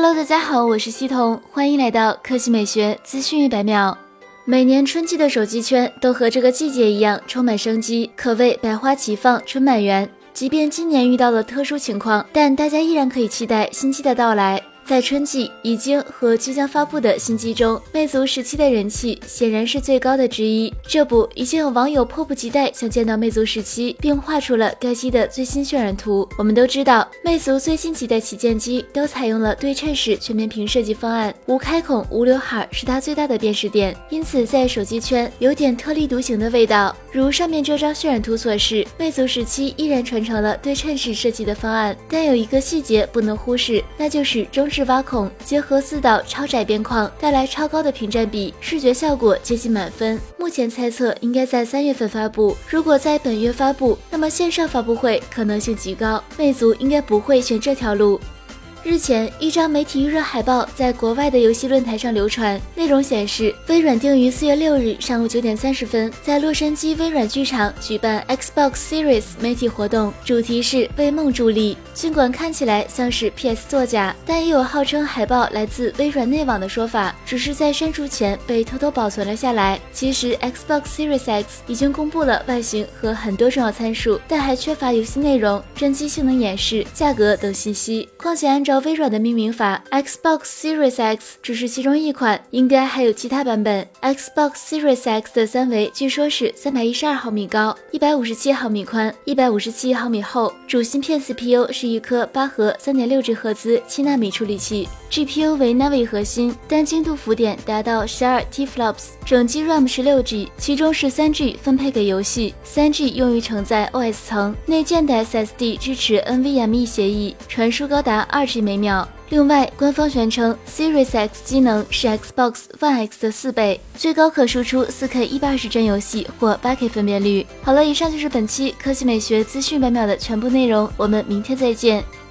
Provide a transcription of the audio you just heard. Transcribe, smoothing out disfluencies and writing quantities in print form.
Hello， 大家好，我是西彤，欢迎来到科技美学资讯100秒。每年春季的手机圈都和这个季节一样充满生机，可谓百花齐放，春满园。即便今年遇到了特殊情况，但大家依然可以期待新机的到来。在春季已经和即将发布的新机中，魅族17的人气显然是最高的之一。这不，已经有网友迫不及待想见到魅族17，并画出了该机的最新渲染图。我们都知道，魅族最新几代旗舰机都采用了对称式全面屏设计方案，无开孔、无刘海是它最大的辨识点，因此在手机圈有点特立独行的味道。如上面这张渲染图所示，魅族17依然传承了对称式设计的方案，但有一个细节不能忽视，那就是中置挖孔结合4道超窄边框，带来超高的屏占比，视觉效果接近满分。目前猜测应该在3月份发布，如果在本月发布，那么线上发布会可能性极高，魅族应该不会选这条路。日前，一张媒体预热海报在国外的游戏论坛上流传，内容显示，微软定于4月6日上午9点30分，在洛杉矶微软剧场举办 Xbox Series 媒体活动，主题是为梦助力。尽管看起来像是 PS 作假，但也有号称海报来自微软内网的说法，只是在删除前被偷偷保存了下来。其实 Xbox Series X 已经公布了外形和很多重要参数，但还缺乏游戏内容、真机性能演示、价格等信息。况且按照微软的命名法， Xbox Series X 只是其中一款，应该还有其他版本。 Xbox Series X 的三围据说是312毫米高，157毫米宽，157毫米厚，主芯片 CPU 是一颗8核 3.6G 赫兹7纳米处理器， GPU 为 Navi 核心，单精度浮点达到12 TFLOPS， 整机 RAM 16G， 其中是3G 分配给游戏，3G 用于承载 OS 层，内建的 SSD 支持 NVMe 协议，传输高达2G 每秒。另外，官方宣称 Series X 机能是 Xbox One X 的4倍，最高可输出 4K 120帧游戏或 8K 分辨率。好了，以上就是本期科技美学资讯100秒的全部内容，我们明天再见。